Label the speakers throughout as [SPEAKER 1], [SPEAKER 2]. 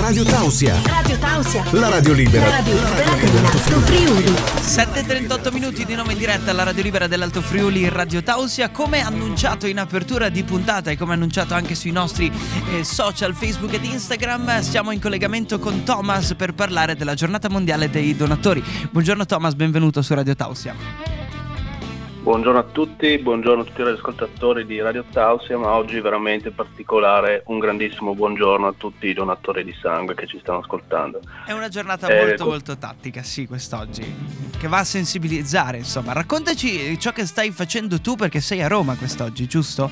[SPEAKER 1] Radio Tausia.
[SPEAKER 2] Radio Tausia.
[SPEAKER 1] La radio libera.
[SPEAKER 2] La radio libera dell'Alto Friuli.
[SPEAKER 3] 7:38 minuti di nuovo in diretta alla Radio Libera dell'Alto Friuli, Radio Tausia. Come annunciato in apertura di puntata e come annunciato anche sui nostri social Facebook ed Instagram, siamo in collegamento con Thomas per parlare della giornata mondiale dei donatori. Buongiorno Thomas, benvenuto su Radio Tausia.
[SPEAKER 4] Buongiorno a tutti, buongiorno a tutti gli ascoltatori di Radio Tausia, ma oggi veramente in particolare un grandissimo buongiorno a tutti i donatori di sangue che ci stanno ascoltando.
[SPEAKER 3] È una giornata molto tattica, sì, quest'oggi, che va a sensibilizzare, insomma. Raccontaci ciò che stai facendo tu, perché sei a Roma quest'oggi, giusto?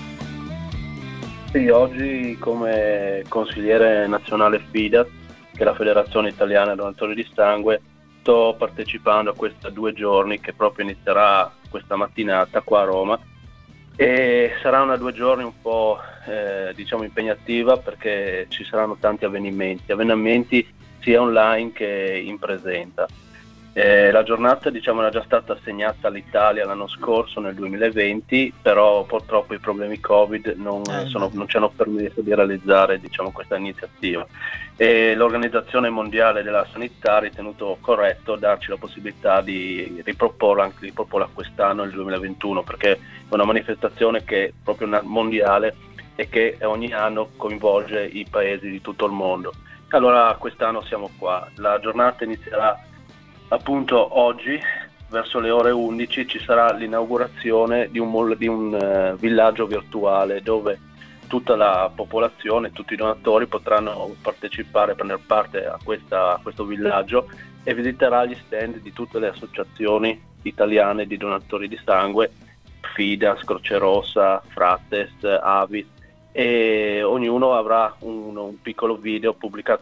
[SPEAKER 4] Sì, oggi come consigliere nazionale FIDAS, che è la Federazione Italiana Donatori di Sangue, sto partecipando a questa 2 giorni che proprio inizierà questa mattinata qua a Roma, e sarà una 2 giorni un po' impegnativa, perché ci saranno tanti avvenimenti sia online che in presenza. La giornata era già stata assegnata all'Italia l'anno scorso nel 2020, però purtroppo i problemi Covid non ci hanno permesso di realizzare questa iniziativa, e l'Organizzazione Mondiale della Sanità ha ritenuto corretto darci la possibilità di riproporla quest'anno nel 2021, perché è una manifestazione che è proprio mondiale e che ogni anno coinvolge i paesi di tutto il mondo. Allora quest'anno siamo qua, la giornata inizierà appunto oggi verso le ore 11. Ci sarà l'inaugurazione di un villaggio virtuale dove tutta la popolazione, tutti i donatori potranno partecipare, prendere parte a questo villaggio, e visiterà gli stand di tutte le associazioni italiane di donatori di sangue, FIDAS, Croce Rossa, Frates, Avis, e ognuno avrà un piccolo video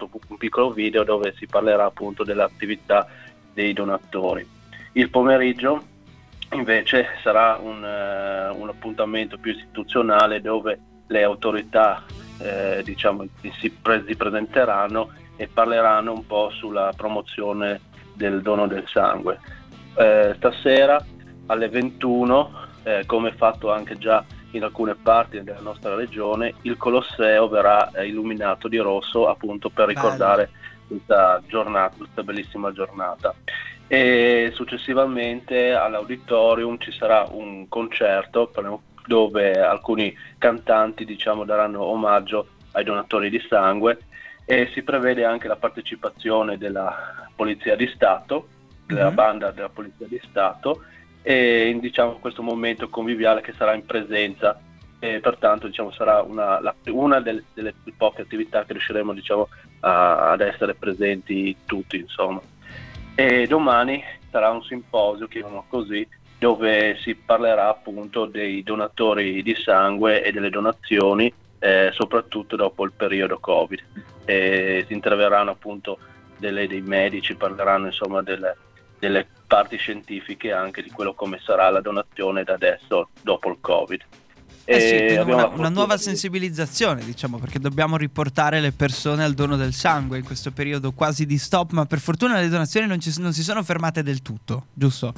[SPEAKER 4] dove si parlerà appunto dell'attività dei donatori. Il pomeriggio invece sarà un appuntamento più istituzionale, dove le autorità si presenteranno e parleranno un po' sulla promozione del dono del sangue. Stasera alle 21, come fatto anche già in alcune parti della nostra regione, il Colosseo verrà illuminato di rosso, appunto per ricordare questa bellissima giornata. E successivamente all'auditorium ci sarà un concerto dove alcuni cantanti daranno omaggio ai donatori di sangue, e si prevede anche la partecipazione della Polizia di Stato, della banda della Polizia di Stato, e in questo momento conviviale che sarà in presenza, e pertanto sarà una delle poche attività che riusciremo ad essere presenti tutti, insomma. E domani sarà un simposio, chiamiamolo così, dove si parlerà appunto dei donatori di sangue e delle donazioni, soprattutto dopo il periodo Covid. Si interverranno appunto dei medici, parleranno insomma delle parti scientifiche anche di quello come sarà la donazione da adesso dopo il Covid.
[SPEAKER 3] Sì, una nuova sensibilizzazione, perché dobbiamo riportare le persone al dono del sangue in questo periodo quasi di stop, ma per fortuna le donazioni non si sono fermate del tutto, giusto?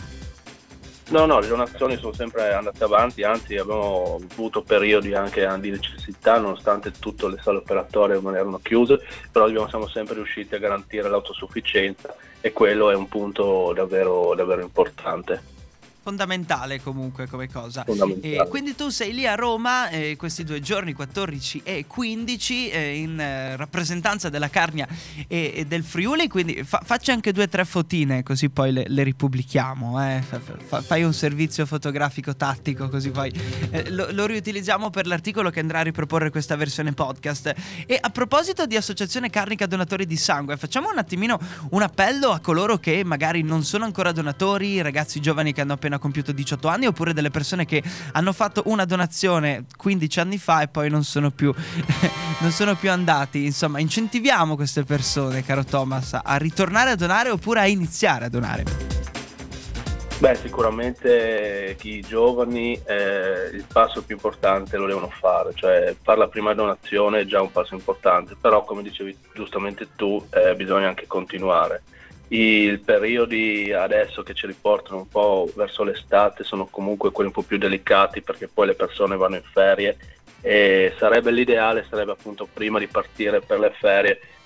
[SPEAKER 4] No, le donazioni sono sempre andate avanti, anzi abbiamo avuto periodi anche di necessità, nonostante tutte le sale operatorie non erano chiuse, però siamo sempre riusciti a garantire l'autosufficienza, e quello è un punto davvero, davvero importante.
[SPEAKER 3] Fondamentale comunque come cosa. E quindi tu sei lì a Roma questi 2 giorni, 14 e 15, in rappresentanza della Carnia e del Friuli, quindi facci anche 2 o 3 fotine, così poi le ripubblichiamo, fai un servizio fotografico tattico, così poi lo riutilizziamo per l'articolo che andrà a riproporre questa versione podcast. E a proposito di Associazione Carnica Donatori di Sangue, facciamo un attimino un appello a coloro che magari non sono ancora donatori, ragazzi giovani che hanno appena compiuto 18 anni, oppure delle persone che hanno fatto una donazione 15 anni fa e poi non sono più andati. Insomma, incentiviamo queste persone, caro Thomas, a ritornare a donare oppure a iniziare a donare.
[SPEAKER 4] Sicuramente i giovani il passo più importante lo devono fare, cioè fare la prima donazione è già un passo importante, però come dicevi giustamente tu, bisogna anche continuare. I periodi adesso che ci riportano un po' verso l'estate sono comunque quelli un po' più delicati, perché poi le persone vanno in ferie, e l'ideale sarebbe appunto prima di partire per le ferie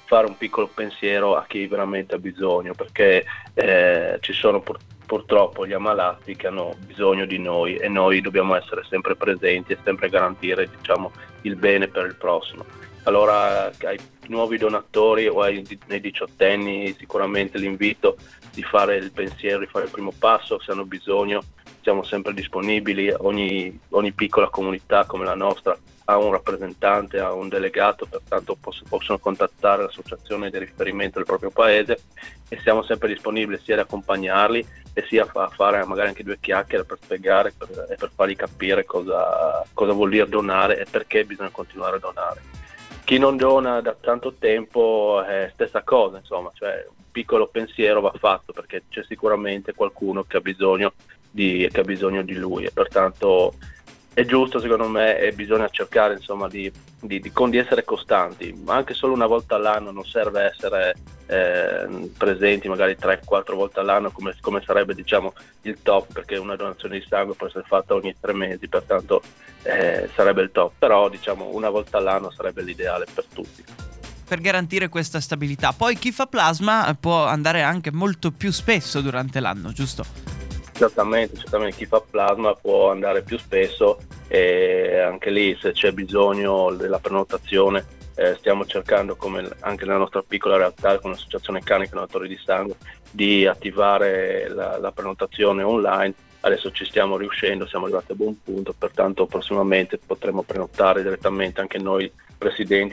[SPEAKER 4] fare un piccolo pensiero a chi veramente ha bisogno, perché ci sono purtroppo gli ammalati che hanno bisogno di noi e noi dobbiamo essere sempre presenti e sempre garantire, diciamo, il bene per il prossimo. Allora ai nuovi donatori o ai diciottenni sicuramente l'invito di fare il pensiero, di fare il primo passo. Se hanno bisogno siamo sempre disponibili, ogni piccola comunità come la nostra ha un rappresentante, ha un delegato, pertanto possono contattare l'associazione di riferimento del proprio paese e siamo sempre disponibili sia ad accompagnarli e sia a fare magari anche 2 chiacchiere per spiegare e per fargli capire cosa vuol dire donare e perché bisogna continuare a donare. Chi non dona da tanto tempo è stessa cosa, insomma, cioè un piccolo pensiero va fatto perché c'è sicuramente qualcuno che ha bisogno di lui e pertanto è giusto secondo me e bisogna cercare insomma di essere costanti, ma anche solo una volta all'anno, non serve essere presenti magari 3-4 volte all'anno come sarebbe diciamo il top, perché una donazione di sangue può essere fatta ogni 3 mesi, pertanto sarebbe il top, però diciamo una volta all'anno sarebbe l'ideale per tutti.
[SPEAKER 3] Per garantire questa stabilità. Poi chi fa plasma può andare anche molto più spesso durante l'anno, giusto?
[SPEAKER 4] Certamente, chi fa plasma può andare più spesso e anche lì se c'è bisogno della prenotazione stiamo cercando, come anche nella nostra piccola realtà con l'associazione Carnica Donatori di Sangue, di attivare la prenotazione online. Adesso ci stiamo riuscendo, siamo arrivati a buon punto, pertanto prossimamente potremo prenotare direttamente anche noi presidenti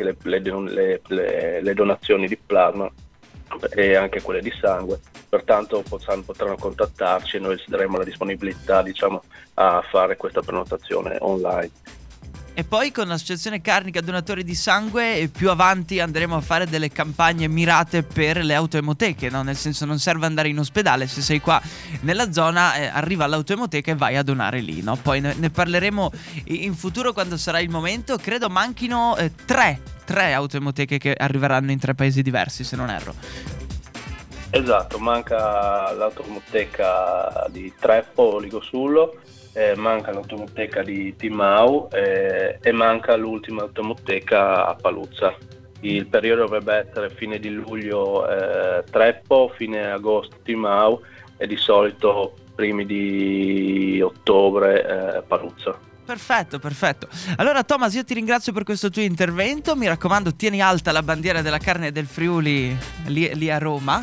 [SPEAKER 4] le donazioni di plasma e anche quelle di sangue, pertanto potranno contattarci e noi daremo la disponibilità diciamo a fare questa prenotazione online.
[SPEAKER 3] E poi con l'associazione Carnica Donatori di Sangue più avanti andremo a fare delle campagne mirate per le autoemoteche, no? Nel senso non serve andare in ospedale, se sei qua nella zona arriva all'autoemoteca e vai a donare lì, no? Poi ne parleremo in futuro quando sarà il momento. Credo manchino 3 autoemoteche che arriveranno in 3 paesi diversi, se non erro.
[SPEAKER 4] Esatto, manca l'automoteca di Treppo, Ligosullo, manca l'automoteca di Timau e manca l'ultima automoteca a Paluzza. Il periodo dovrebbe essere fine di luglio Treppo, fine agosto Timau e di solito primi di ottobre Paluzza.
[SPEAKER 3] Perfetto. Allora Thomas, io ti ringrazio per questo tuo intervento. Mi raccomando, tieni alta la bandiera della carne del Friuli lì a Roma.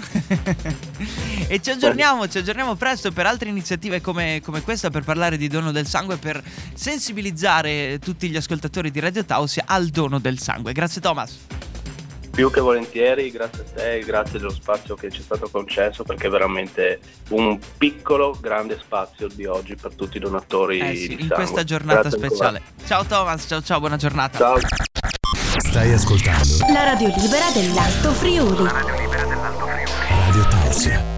[SPEAKER 3] E ci aggiorniamo presto per altre iniziative come questa, per parlare di dono del sangue, per sensibilizzare tutti gli ascoltatori di Radio Tausia al dono del sangue. Grazie Thomas.
[SPEAKER 4] Più che volentieri, grazie a te e grazie dello spazio che ci è stato concesso, perché è veramente un piccolo grande spazio di oggi per tutti i donatori di sangue. In
[SPEAKER 3] questa giornata
[SPEAKER 4] grazie
[SPEAKER 3] speciale.
[SPEAKER 4] Ancora.
[SPEAKER 3] Ciao Thomas, ciao, buona giornata.
[SPEAKER 4] Ciao.
[SPEAKER 1] Stai ascoltando
[SPEAKER 2] La radio libera dell'Alto Friuli.
[SPEAKER 1] Radio Tausia.